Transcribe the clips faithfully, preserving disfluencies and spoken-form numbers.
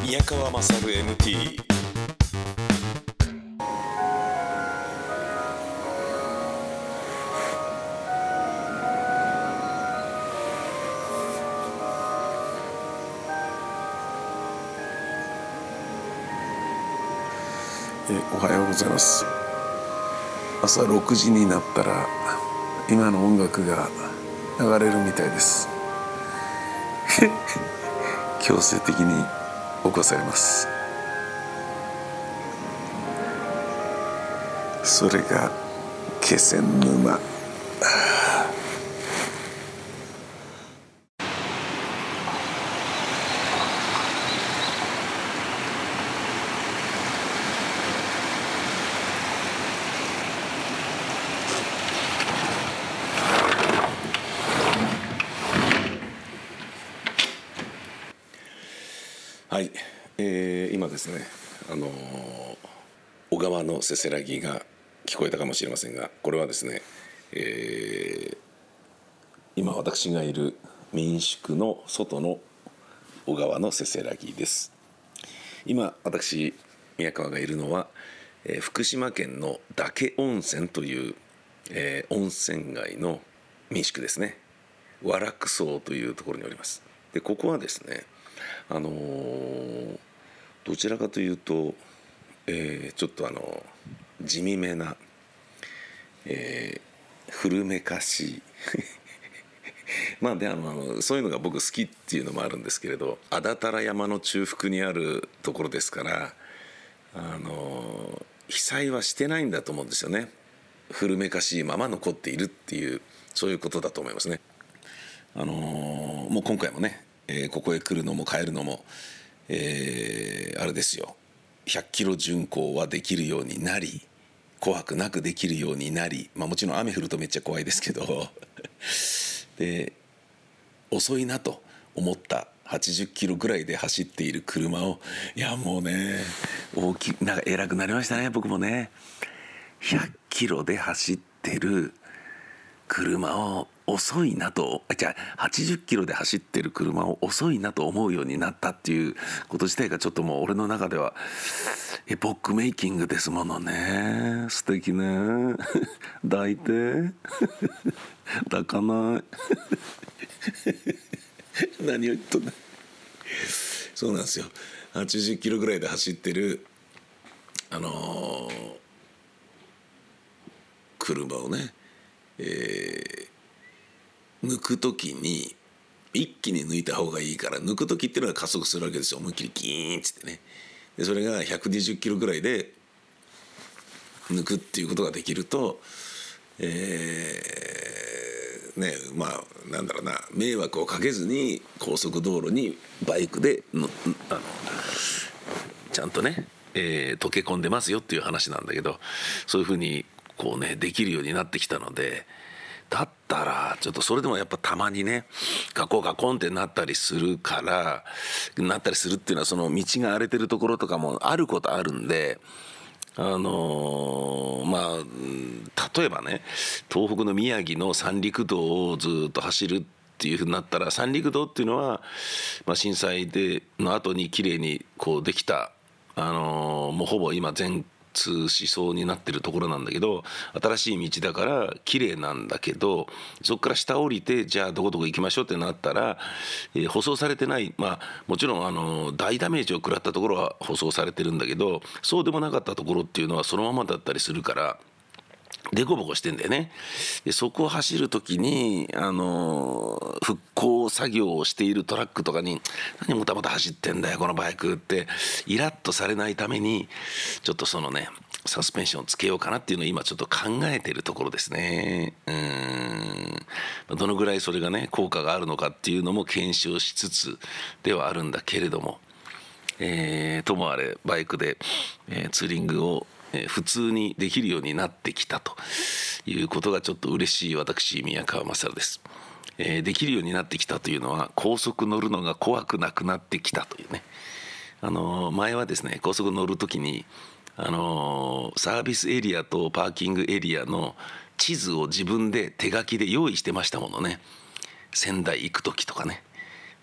宮川勝 エムティー。 えおはようございます。朝ろくじになったら今の音楽が流れるみたいです強制的に起こされます。それが気仙沼。 はい、えー、今ですね、あのー、小川のせせらぎが聞こえたかもしれませんが、これはですね、えー、今私がいる民宿の外の小川のせせらぎです。今私宮川がいるのは、えー、福島県の嶽温泉という、えー、温泉街の民宿ですね。和楽荘というところにおります。でここはですね、あのー、どちらかというと、えー、ちょっとあの地味めな、えー、古めかしいまあであのそういうのが僕好きっていうのもあるんですけれど、安達太良山の中腹にあるところですから、あの被災はしてないんだと思うんですよね。古めかしいまま残っているっていう、そういうことだと思いますね。あのー、もう今回もね、えー、ここへ来るのも帰るのも、えー、あれですよ、ひゃっキロ巡航はできるようになり、怖くなくできるようになり、まあ、もちろん雨降るとめっちゃ怖いですけどで遅いなと思ったはちじゅっキロぐらいで走っている車を、いやもうね、大きなんか偉くなりましたね。僕もね、ひゃっキロで走ってる車を遅いなと、じゃあはちじゅっキロで走ってる車を遅いなと思うようになったっていうこと自体がちょっともう俺の中ではエポックメイキングですものね。素敵ね抱いて抱かない何を言っとんだ。そうなんですよ、はちじゅっキロぐらいで走ってるあのー、車をね、えー、抜くときに一気に抜いた方がいいから、抜くときっていうのは加速するわけですよ。思いっきりギーンっつってね。でそれがひゃくにじゅっキロぐらいで抜くっていうことができると、えー、ねまあなんだろうな、迷惑をかけずに高速道路にバイクでのあのちゃんとね、えー、溶け込んでますよっていう話なんだけど、そういうふうにこうねできるようになってきたので、だったらちょっとそれでもやっぱたまにねガコガコンってなったりするからなったりするっていうのは、その道が荒れてるところとかもあることあるんで、あのー、まあ例えばね、東北の宮城の三陸道をずっと走るっていうふうになったら、三陸道っていうのは、まあ、震災での後にきれいにこうできた、あのー、もうほぼ今全通しそうになってるところなんだけど、新しい道だから綺麗なんだけど、そこから下降りてじゃあどこどこ行きましょうってなったら、えー、舗装されてない、まあもちろんあの大ダメージを食らったところは舗装されてるんだけど、そうでもなかったところっていうのはそのままだったりするから、デコボコしてんだよね。でそこを走るときに、あのー、復興作業をしているトラックとかに「何もたもた走ってんだよこのバイク」ってイラッとされないために、ちょっとそのねサスペンションつけようかなっていうのを今ちょっと考えているところですね。うーんどのぐらいそれがね効果があるのかっていうのも検証しつつではあるんだけれども、えー、ともあれバイクで、えー、ツーリングを普通にできるようになってきたということがちょっと嬉しい私宮川勝です。えー、できるようになってきたというのは、高速乗るのが怖くなくなってきたというね。あのー、前はですね、高速乗るときに、あのー、サービスエリアとパーキングエリアの地図を自分で手書きで用意してましたものね。仙台行くときとかね。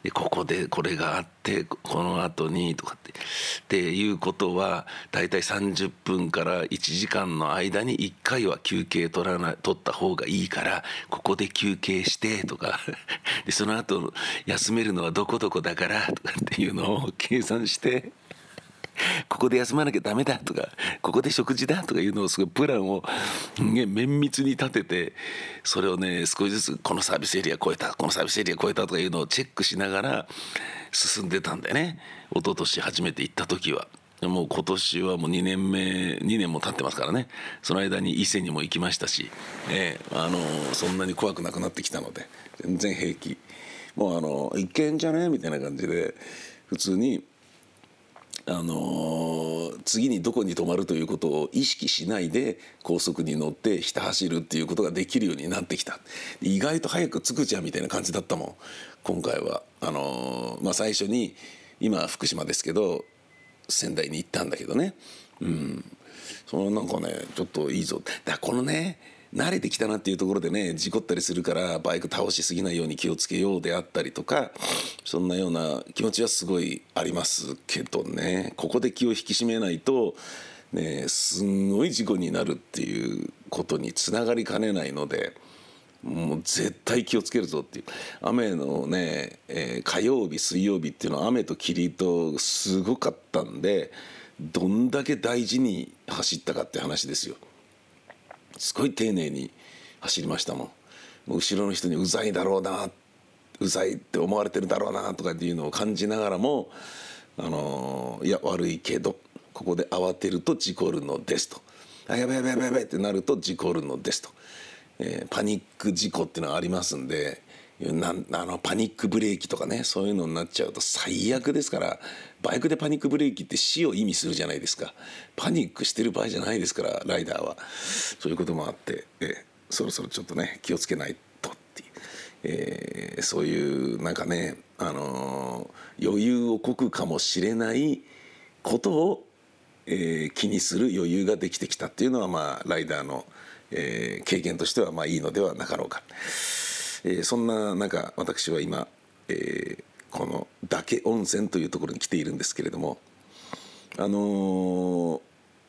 でここでこれがあってこの後にとかってっていうことはだいたいさんじゅっぷんからいちじかんの間にいっかいは休憩取らな取った方がいいからここで休憩してとかでその後休めるのはどこどこだからとかっていうのを計算してここで休まなきゃダメだとかここで食事だとかいうのをすごいプランを、ね、綿密に立ててそれをね少しずつこのサービスエリア超えたこのサービスエリア超えたとかいうのをチェックしながら進んでたんだよね。一昨年初めて行った時はもう今年はもうにねんめにねんも経ってますからね。その間に伊勢にも行きましたし、えー、あのそんなに怖くなくなってきたので全然平気。もうあのいけんじゃねみたいな感じで普通にあのー、次にどこに泊まるということを意識しないで高速に乗ってひた走るっていうことができるようになってきた。意外と早く着くじゃんみたいな感じだったもん今回は。あのーまあ、最初に今福島ですけど仙台に行ったんだけどね、うん、そのなんかねちょっといいぞだからこのね慣れてきたなっていうところでね事故ったりするからバイク倒しすぎないように気をつけようであったりとかそんなような気持ちはすごいありますけどねここで気を引き締めないとねすんごい事故になるっていうことにつながりかねないのでもう絶対気をつけるぞっていう雨のね、えー、火曜日水曜日っていうのは雨と霧とすごかったんでどんだけ大事に走ったかって話ですよ。すごい丁寧に走りましたもん。もう後ろの人にうざいだろうなうざいって思われてるだろうなとかっていうのを感じながらも、あのー、いや悪いけどここで慌てると事故るのですとあやべやべやべやべってなると事故るのですと、えー、パニック事故っていうのがありますんでなあのパニックブレーキとかねそういうのになっちゃうと最悪ですから。バイクでパニックブレーキって死を意味するじゃないですか。パニックしてる場合じゃないですからライダーは。そういうこともあって、えー、そろそろちょっとね気をつけないとっていう、えー、そういうなんかね、あのー、余裕をこくかもしれないことを、えー、気にする余裕ができてきたっていうのはまあライダーの、えー、経験としてはまあいいのではなかろうか。えー、そんな中私は今、えー、この嶽温泉というところに来ているんですけれども、あのー、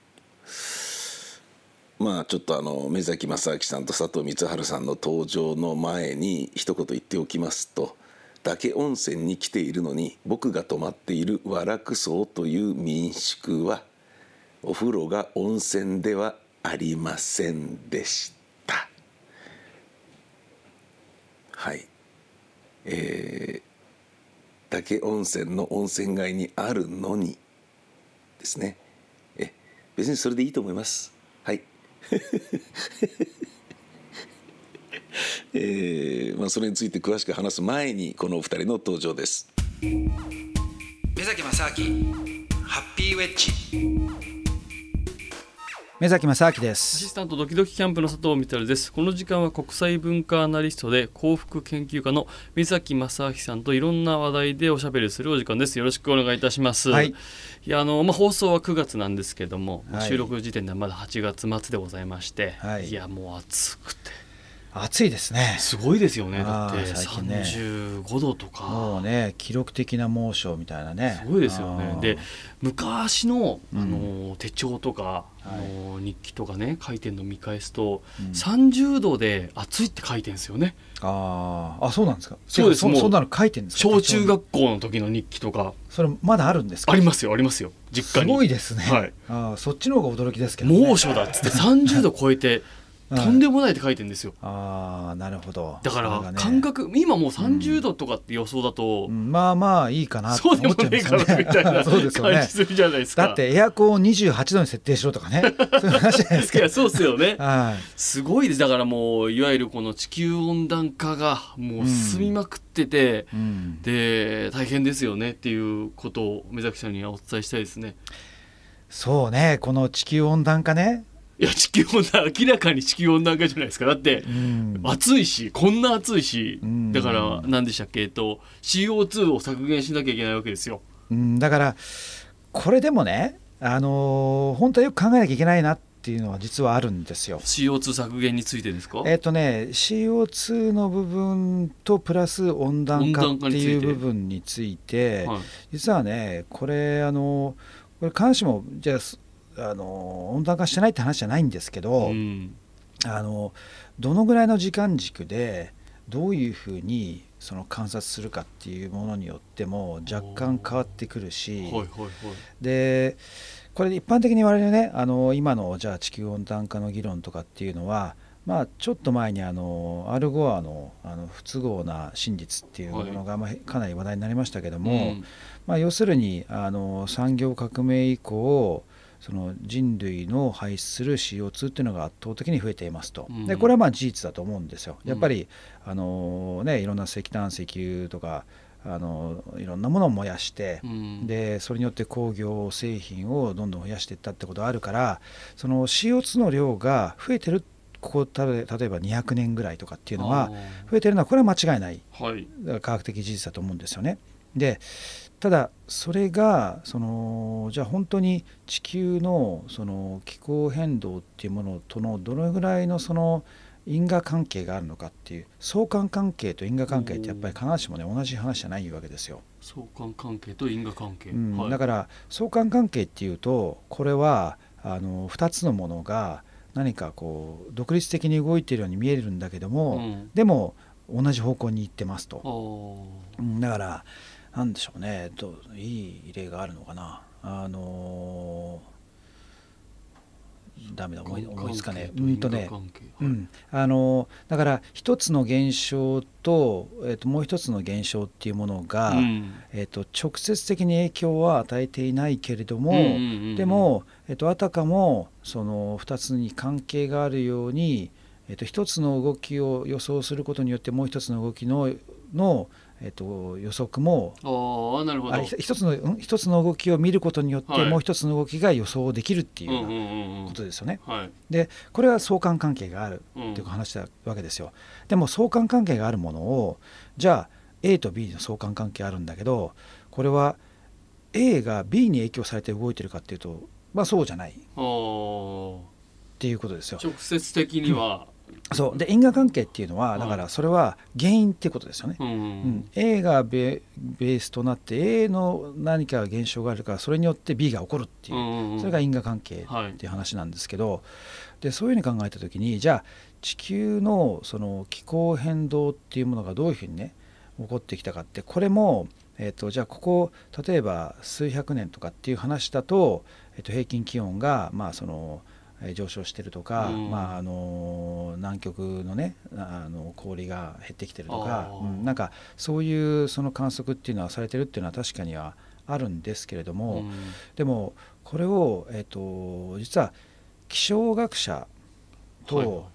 まあちょっとあの目崎正明さんと佐藤光晴さんの登場の前に一言言っておきますと、嶽温泉に来ているのに僕が泊まっている和楽荘という民宿はお風呂が温泉ではありませんでした。はい、えー嶽温泉の温泉街にあるのにですね。え別にそれでいいと思います。はい、えーまあ、それについて詳しく話す前にこのお二人の登場です。 目崎正明ハッピーウェッジ。 目崎正明です。 アシスタントドキドキキャンプの佐藤光です。この時間は国際文化アナリストで幸福研究家の目崎正明さんといろんな話題でおしゃべりするお時間です。よろしくお願いいたします。はい、いやあの、まあ、放送はくがつなんですけども、はい、収録時点ではまだはちがつ末でございまして、はい、いやもう暑くて暑いですね。 すごいですよね。だってさんじゅうごどとかもうね記録的な猛暑みたいなね。 すごいですよね。で昔 の, あの手帳とか、うん、あの日記とかね書いてるの見返すと、うん、さんじゅうどで暑いって書いてるんですよね。 ああそうなんですか。 そうです。 そ, そんなの書いてるんですか。 小中学校の時の日記とか。 それまだあるんですか。 ありますよありますよ実家に。 すごいですね。はい、あそっちの方が驚きですけどね。 猛暑だっつってさんじゅうど超えてとんでもないって書いてるんですよ。 ああなるほど。 だから感覚、ね、今もうさんじゅうどとかって予想だと、 うん、まあまあいいかなって思っちゃいますよね。そうでもねえかなみたいな感じするじゃないですか。 だってエアコンをにじゅうはちどに設定しろとかねそういう話じゃないですか。 いやそうですよね、 はい、 すごいです。だからもういわゆるこの地球温暖化がもう進みまくってて、うん、で大変ですよねっていうことを目崎さんにはお伝えしたいですね。 そうねこの地球温暖化ね。 いや地球温暖明らかに地球温暖化じゃないですか。だって、うん、暑いしこんな暑いし、うん、だから何でしたっけ、えっと、シーオーツー を削減しなきゃいけないわけですよ、 うん、だからこれでもね、あのー、本当はよく考えなきゃいけないなってっていうのは実はあるんですよ。 シーオーツー 削減についてですか？ えっとね シーオーツー の部分とプラス温暖化っていう部分について、はい、実はねこれあのこれ必ずしもじゃあ、あの温暖化してないって話じゃないんですけど、うん、あのどのぐらいの時間軸でどういうふうにその観察するかっていうものによっても若干変わってくるし、はいはいはい、でこれ一般的に言われるねあの今のじゃあ地球温暖化の議論とかっていうのは、まあ、ちょっと前にあのアルゴア の, あの不都合な真実っていうものがかなり話題になりましたけども、はいうんまあ、要するにあの産業革命以降その人類の排出する シーオーツー っていうのが圧倒的に増えていますと、うん、でこれはまあ事実だと思うんですよ。やっぱり、うん、あのね、いろんな石炭石油とかあのいろんなものを燃やして、うん、でそれによって工業製品をどんどん増やしていったってことがあるからその シーオーツー の量が増えてるここ例えばにひゃくねんぐらいとかっていうのは増えてるのはこれは間違いない、はい、科学的事実だと思うんですよね。でただそれがそのじゃあ本当に地球のその気候変動っていうものとのどのぐらいのその因果関係があるのかっていう相関関係と因果関係ってやっぱり必ずしもね同じ話じゃないわけですよ。 相関関係と因果関係、 うんはい、 だから相関関係っていうとこれはあのふたつのものが何かこう独立的に動いているように見えるんだけども、うん、でも同じ方向に行ってますと、うん、だからなんでしょうねどいい例があるのかなあのー、ダメだ思い思いつかねうんとね、うん、あのー、だから一つの現象と、えー、ともう一つの現象っていうものが、うんえー、と直接的に影響は与えていないけれども、うんうんうんうん、でも、えー、とあたかもその二つに関係があるように、えー、と一つの動きを予想することによってもう一つの動きののえっと、予測もあなるほど一つの一つの動きを見ることによって、はい、もう一つの動きが予想できるっていうようなことですよね、うんうんうんはい、でこれは相関関係があるっていう話だわけですよ、うん、でも相関関係があるものをじゃあ A と B の相関関係あるんだけどこれは A が B に影響されて動いてるかっていうとまあそうじゃないっていうことですよ。 直接的には、うんそうで因果関係っていうのはだからそれは原因っていうことですよね、うんうん、A が ベ, ベースとなって A の何か現象があるからそれによって B が起こるっていう、うんうん、それが因果関係っていう話なんですけど、はい、でそういうふうに考えた時にじゃあ地球のその気候変動っていうものがどういうふうにね起こってきたかってこれも、えー、とじゃあここ例えば数百年とかっていう話だと、えー、と平均気温がまあその上昇してるとか、うんまあ、あの南極のねあの氷が減ってきてるとか、うん、なんかそういうその観測っていうのはされてるっていうのは確かにはあるんですけれども、うん、でもこれを、えーと、実は気象学者と、はいはいはい、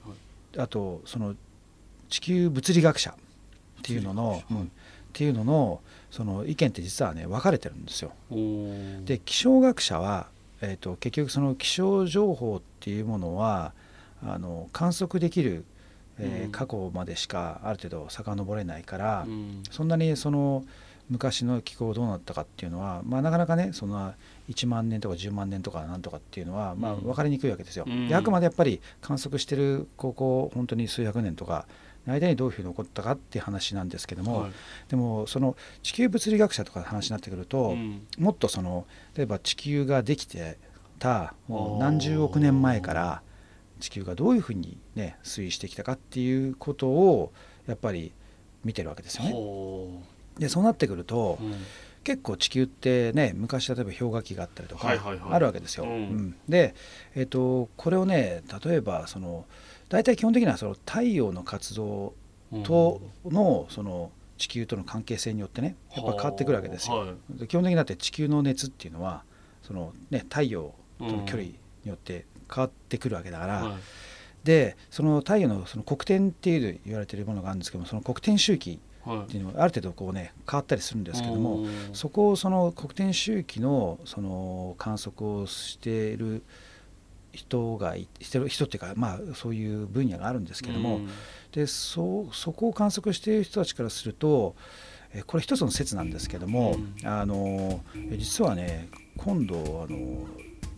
あとその地球物理学者っていうのの、うん、っていうののその意見って実はね分かれてるんですよ。で気象学者はえー、と結局その気象情報っていうものはあの観測できる、えーうん、過去までしかある程度遡れないから、うん、そんなにその昔の気候どうなったかっていうのは、まあ、なかなかねそんないちまんねんとかじゅうまんねんとかなんとかっていうのは、まあ、分かりにくいわけですよ、うん、であくまでやっぱり観測してるここ本当に数百年とかの間にどういうふうに起こったかっていう話なんですけども、はい、でもその地球物理学者とかの話になってくると、うん、もっとその例えば地球ができてたもう何十億年前から地球がどういうふうにね推移してきたかっていうことをやっぱり見てるわけですよね。でそうなってくると、うん、結構地球ってね昔例えば氷河期があったりとかあるわけですよ。はいはいはいうん、で、えーと、これをね例えばその大体基本的にはその太陽の活動とのその地球との関係性によってねやっぱ変わってくるわけですよ。はい、で基本的にだって地球の熱っていうのはその、ね、太陽との距離によって変わってくるわけだから、うん、でその太陽のその黒点っていう言われているものがあるんですけどもその黒点周期っていうのはある程度こうね変わったりするんですけども、うん、そこをその黒点周期のその観測をしている人がしてる人っていうかまあそういう分野があるんですけども、うん、で そ, そこを観測している人たちからするとえこれ一つの説なんですけども、うん、あの実はね今度あの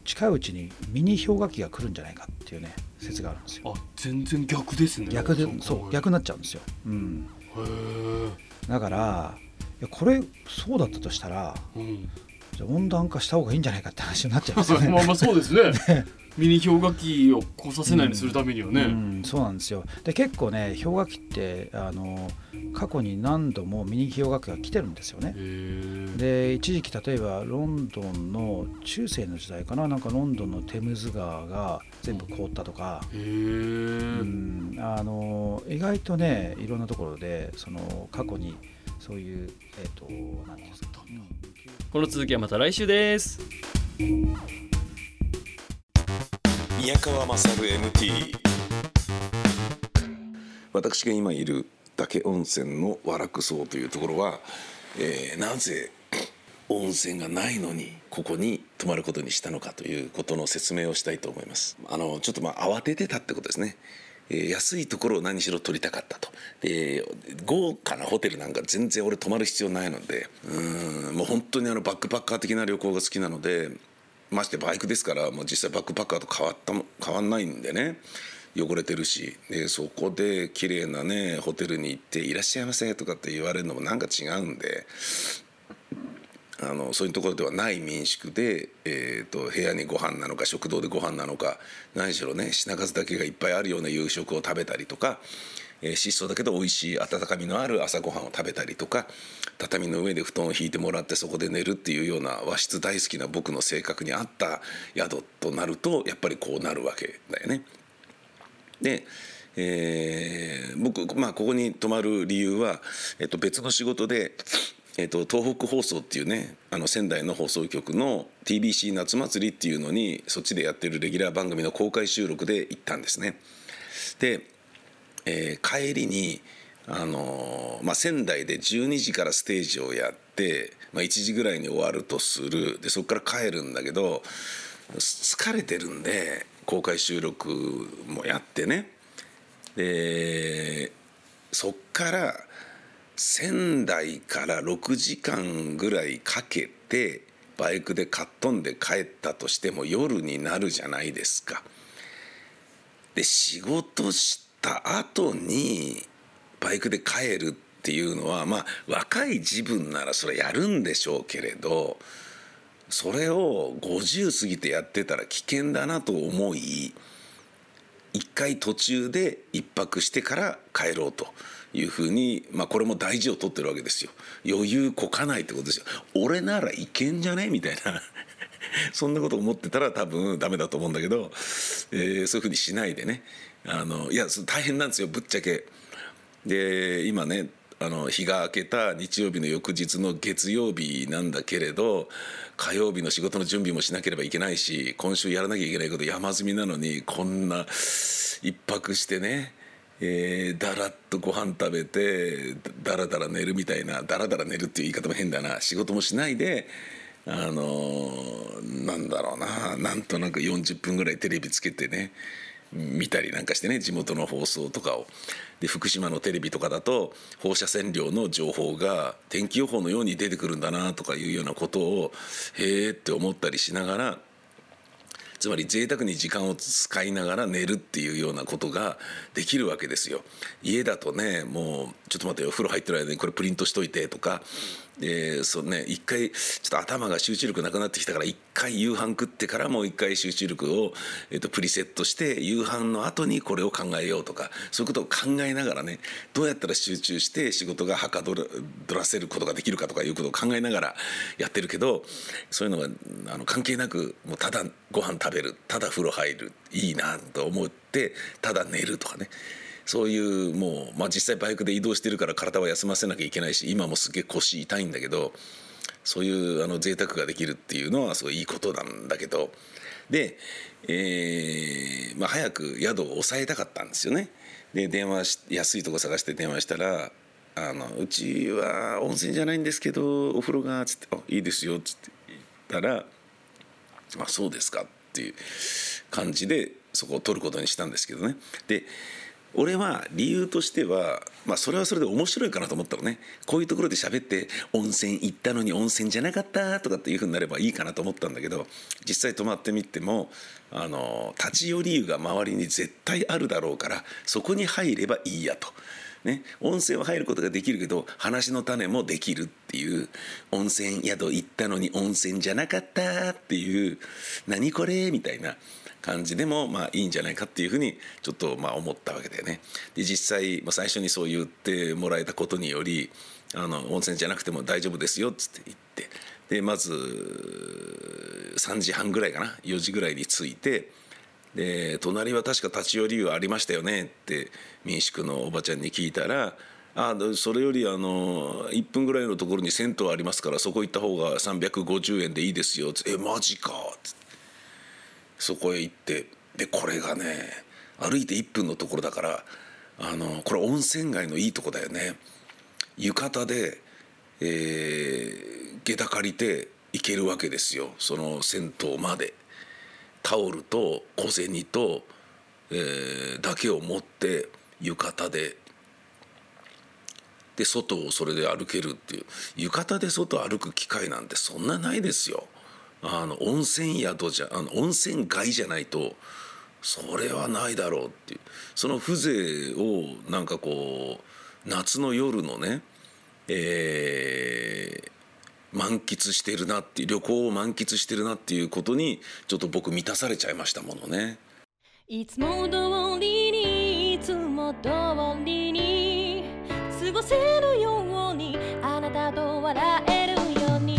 近いうちにミニ氷河期が来るんじゃないかっていうね説があるんですよ。 あ、全然逆ですね。 逆で、そう逆になっちゃうんですよ。うん、へだからいやこれそうだったとしたら、うん、じゃあ温暖化した方がいいんじゃないかって話になっちゃいますよね。 まあまあそうですね。ミニ氷河期を来させないようにするためにはね、うんうん、そうなんですよ。で結構ね氷河期ってあの過去に何度もミニ氷河期が来てるんですよね。で一時期例えばロンドンの中世の時代かな、なんかロンドンのテムズ川が全部凍ったとか、へ、うん、あの意外とねいろんなところでその過去にそういうえっ、ー、と何ですか、うん、 この続きはまた来週です。 宮川勝 エムティー。 私が今いる嶽温泉の和楽荘というところは、えー、なぜ温泉がないのにここに泊まることにしたのかということの説明をしたいと思います。あのちょっとまあ慌ててたってことですね。えー、安いところを何しろ取りたかったと。で豪華なホテルなんか全然俺泊まる必要ないので、うーんもう本当にあのバックパッカー的な旅行が好きなので、ましてバイクですからもう実際バックパッカーと変わった変わんないんでね、汚れてるし、でそこで綺麗なねホテルに行っていらっしゃいませとかって言われるのもなんか違うんで、あのそういうところではない民宿で、えー、と部屋にご飯なのか食堂でご飯なのか何しろね品数だけがいっぱいあるような夕食を食べたりとか、えー、質素だけど美味しい温かみのある朝ごはんを食べたりとか、畳の上で布団を引いてもらってそこで寝るっていうような和室大好きな僕の性格に合った宿となるとやっぱりこうなるわけだよね。で、えー、僕、まあ、ここに泊まる理由は、えっと、別の仕事で、えっと、東北放送っていうねあの仙台の放送局の ティービーシー 夏祭りっていうのにそっちでやってるレギュラー番組の公開収録で行ったんですね。で、えー、帰りにあのーまあ、仙台でじゅうにじからステージをやって、まあ、いちじぐらいに終わるとする。でそこから帰るんだけど疲れてるんで公開収録もやってね、でそっから仙台からろくじかんぐらいかけてバイクでかっ飛んで帰ったとしても夜になるじゃないですか。で仕事した後にバイクで帰るっていうのはまあ若い自分ならそれやるんでしょうけれど、それをごじゅう過ぎてやってたら危険だなと思い、一回途中で一泊してから帰ろうというふうに、まあこれも大事を取ってるわけですよ。余裕こかないってことですよ。俺ならいけんじゃねみたいなそんなこと思ってたら多分ダメだと思うんだけど、えー、そういうふうにしないでね、あのいや大変なんですよぶっちゃけ。で今ねあの日が明けた日曜日の翌日の月曜日なんだけれど、火曜日の仕事の準備もしなければいけないし、今週やらなきゃいけないこと山積みなのにこんな一泊してね、えー、だらっとご飯食べてだらだら寝るみたいな、だらだら寝るっていう言い方も変だな、仕事もしないであのー、なんだろうな、なんとなくよんじゅっぷんぐらいテレビつけてね見たりなんかしてね、地元の放送とかを。で福島のテレビとかだと放射線量の情報が天気予報のように出てくるんだなとかいうようなことをへーって思ったりしながら、つまり贅沢に時間を使いながら寝るっていうようなことができるわけですよ。家だとね、もうちょっと待ってよ、風呂入ってる間にこれプリントしといてとか、でそうね、一回ちょっと頭が集中力なくなってきたから一回夕飯食ってからもう一回集中力を、えっと、プリセットして夕飯の後にこれを考えようとか、そういうことを考えながらね、どうやったら集中して仕事がはかどらせることができるかとかいうことを考えながらやってるけど、そういうのがあの関係なくもうただご飯食べる、ただ風呂入る、いいなと思ってただ寝るとかね、そういうもう、まあ、実際バイクで移動してるから体は休ませなきゃいけないし、今もすげえ腰痛いんだけど、そういうあの贅沢ができるっていうのはすごいいいことなんだけど、で、えーまあ、早く宿を抑えたかったんですよね。で電話し安いとこ探して電話したら、あのうちは温泉じゃないんですけどお風呂がつって、あいいですよっつって言ったら、あそうですかっていう感じでそこを取ることにしたんですけどね。で俺は理由としては、まあ、それはそれで面白いかなと思ったのね。こういうところで喋って温泉行ったのに温泉じゃなかったとかっていう風になればいいかなと思ったんだけど、実際泊まってみてもあの立ち寄り湯が周りに絶対あるだろうから、そこに入ればいいやと。ね、温泉は入ることができるけど話の種もできるっていう、温泉宿行ったのに温泉じゃなかったっていう、何これみたいな感じでもまあいいんじゃないかっていうふうにちょっとまあ思ったわけだよね。で実際、まあ、最初にそう言ってもらえたことにより、あの温泉じゃなくても大丈夫ですよっつって言って、でまずさんじはんぐらいかな、よじぐらいに着いて、で隣は確か立ち寄り湯ありましたよねって民宿のおばちゃんに聞いたら、あそれよりあのいっぷんぐらいのところに銭湯ありますから、そこ行った方がさんびゃくごじゅうえんでいいですよって、えマジかって、そこへ行って、でこれがね歩いていっぷんのところだから、あのこれ温泉街のいいとこだよね。浴衣で、えー、下駄借りて行けるわけですよ、その銭湯まで。タオルと小銭と、えー、だけを持って浴衣でで外をそれで歩けるっていう。浴衣で外歩く機会なんてそんなないですよ。あの温泉宿じゃあの温泉街じゃないとそれはないだろうっていう、その風情をなんかこう夏の夜のね、えー満喫してるなっていう、旅行を満喫してるなっていうことにちょっと僕満たされちゃいましたものね。 いつも通りにいつも通りに過ごせるように、あなたと笑えるように、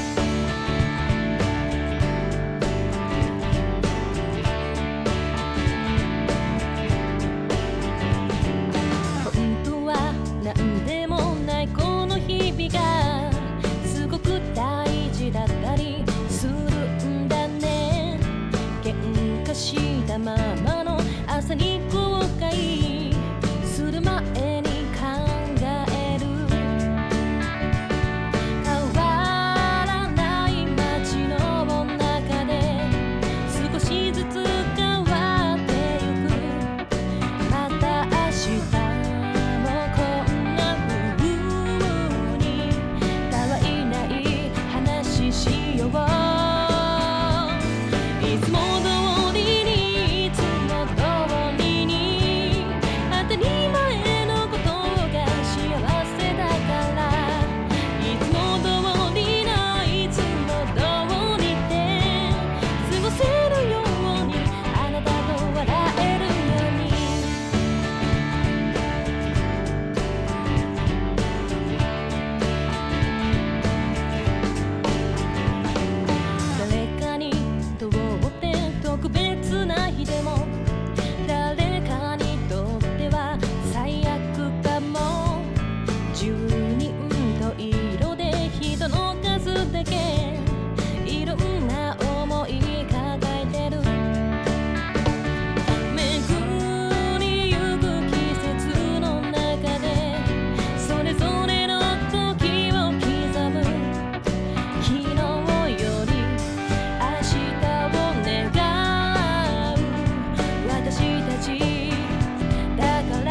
本当は何でもないこの日々がすごく大事だったりするんだね。喧嘩したままの朝に後悔する前に考える、変わらない街の中で少しずつ変わってゆく、また明日もこんな風にたわいない話しよう。いつも通りにいつも通りに当たり前のことが幸せだから、いつも通りのいつも通りで過ごせるように、あなたと笑えるように。誰かにとって特別な日でも、誰かにとっては最悪かも。十人十色で人の数だけいろんな思い抱えてる。巡りゆく季節の中でそれぞれの時を刻む、昨日より明日を願う私たちだから、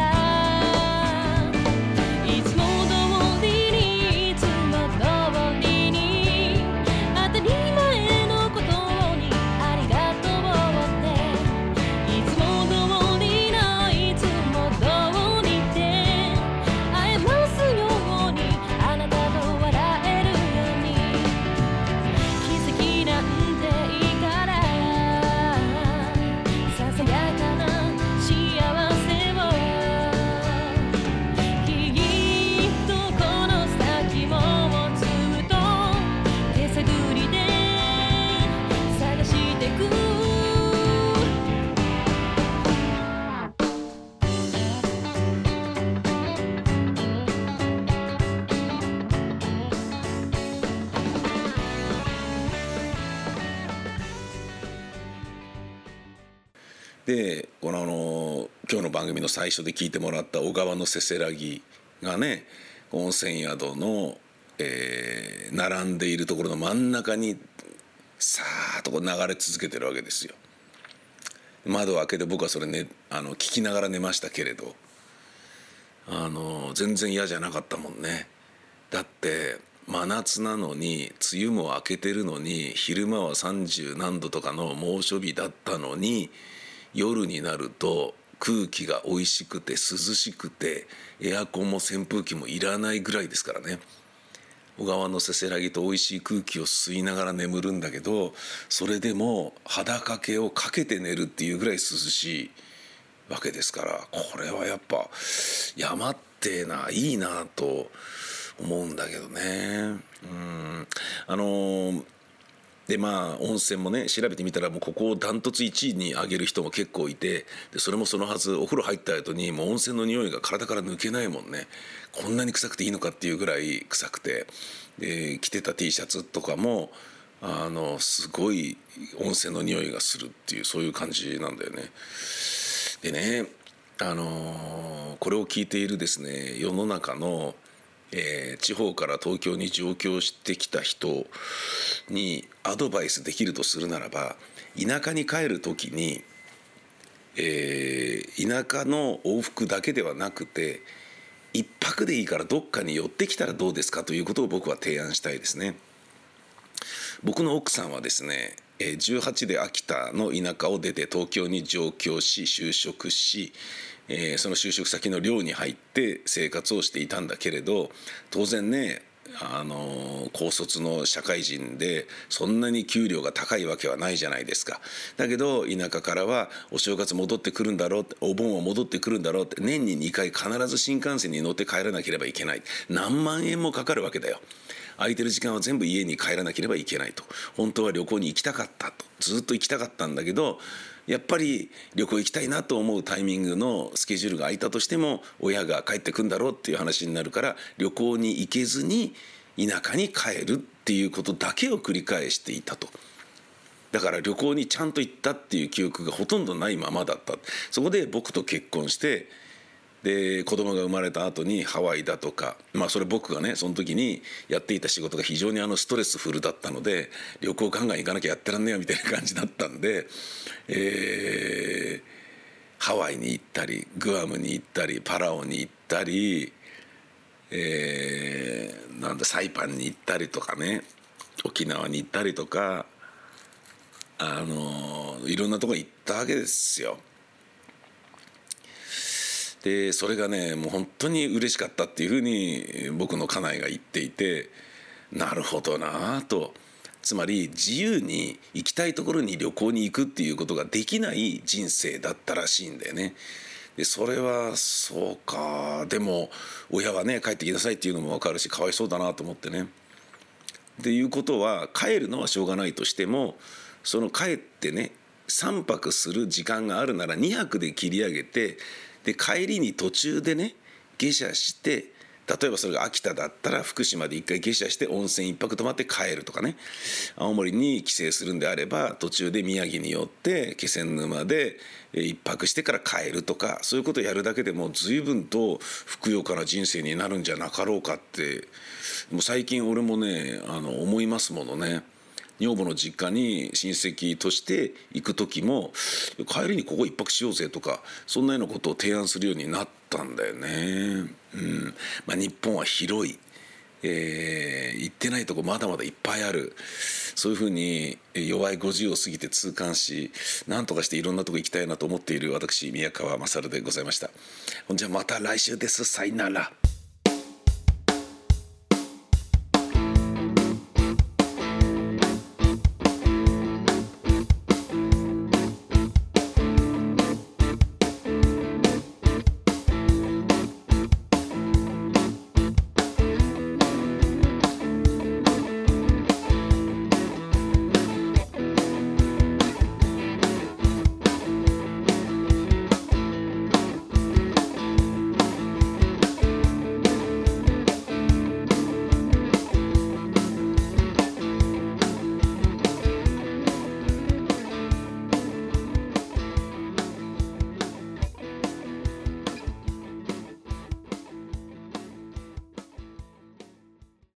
いつも通りにいつも通りに当たり前のことにありがとうって、いつも通りのいつも通りで会えますように、あなたと笑えるように。奇跡なんていいから、ささやかな幸せをきっとこの先もずっと手探りで探してく。 でこのあの今日の番組の最初で聞いてもらった小川のせせらぎがね、温泉宿の、えー並んでいるところの真ん中にさーっとこう流れ続けてるわけですよ。 窓を開けて僕はそれ、ね、あの聞きながら寝ましたけれど、あの全然嫌じゃなかったもんね。だって真夏なのに梅雨も明けてるのに昼間はさんじゅうなんどとかの猛暑日だったのに、夜になると空気がおいしくて涼しくてエアコンも扇風機もいらないぐらいですからね。小川のせせらぎとおいしい空気を吸いながら眠るんだけど、それでも肌掛けをかけて寝るっていうぐらい涼しいわけですから、これはやっぱ山ってえないいなと思うんだけどね。うんあのーでまあ温泉もね調べてみたら、もうここをダントツいちいに上げる人も結構いて、でそれもそのはず、お風呂入った後にもう温泉の匂いが体から抜けないもんね。こんなに臭くていいのかっていうぐらい臭くて、で着てた T シャツとかもあのすごい温泉の匂いがするっていう、そういう感じなんだよね。でね、あのー、これを聞いているですね、世の中のえー、地方から東京に上京してきた人にアドバイスできるとするならば、田舎に帰る時に、えー、田舎の往復だけではなくて一泊でいいからどっかに寄ってきたらどうですかということを僕は提案したいですね。僕の奥さんはですね、じゅうはちで秋田の田舎を出て東京に上京し就職し、えー、その就職先の寮に入って生活をしていたんだけれど、当然ね、あのー、高卒の社会人でそんなに給料が高いわけはないじゃないですか。だけど田舎からはお正月戻ってくるんだろうって、お盆は戻ってくるんだろうって、年ににかい必ず新幹線に乗って帰らなければいけない。何万円もかかるわけだよ。空いてる時間は全部家に帰らなければいけないと。本当は旅行に行きたかったと、ずっと行きたかったんだけど、やっぱり旅行行きたいなと思うタイミングのスケジュールが空いたとしても親が帰ってくんだろうっていう話になるから、旅行に行けずに田舎に帰るっていうことだけを繰り返していたと。だから旅行にちゃんと行ったっていう記憶がほとんどないままだった。そこで僕と結婚して、で子供が生まれた後にハワイだとか、まあそれ僕がねその時にやっていた仕事が非常にあのストレスフルだったので、旅行ガンガン行かなきゃやってらんねえよみたいな感じだったんで、えー、ハワイに行ったりグアムに行ったりパラオに行ったり、えー、なんだサイパンに行ったりとかね、沖縄に行ったりとか、あのいろんなとこ行ったわけですよ。でそれがねもう本当に嬉しかったっていうふうに僕の家内が言っていて、なるほどなと。つまり自由に行きたいところに旅行に行くっていうことができない人生だったらしいんだよね。でそれはそうか、でも親はね帰ってきなさいっていうのも分かるし、かわいそうだなと思ってね。っていうことは帰るのはしょうがないとしても、その帰ってねさんぱくする時間があるならにはくで切り上げて、で帰りに途中でね下車して、例えばそれが秋田だったら福島で一回下車して温泉一泊泊まって帰るとかね、青森に帰省するんであれば途中で宮城に寄って気仙沼で一泊してから帰るとか、そういうことをやるだけでも随分とふくよかな人生になるんじゃなかろうかって、もう最近俺もねあの思いますものね。女房の実家に親戚として行く時も帰りにここ一泊しようぜとか、そんなようなことを提案するようになったんだよね。うんまあ、日本は広い、えー、行ってないとこまだまだいっぱいある。そういうふうに弱いごじゅうを過ぎて痛感し、何とかしていろんなとこ行きたいなと思っている私宮川勝でございました。ほんじゃまた来週です。さよなら。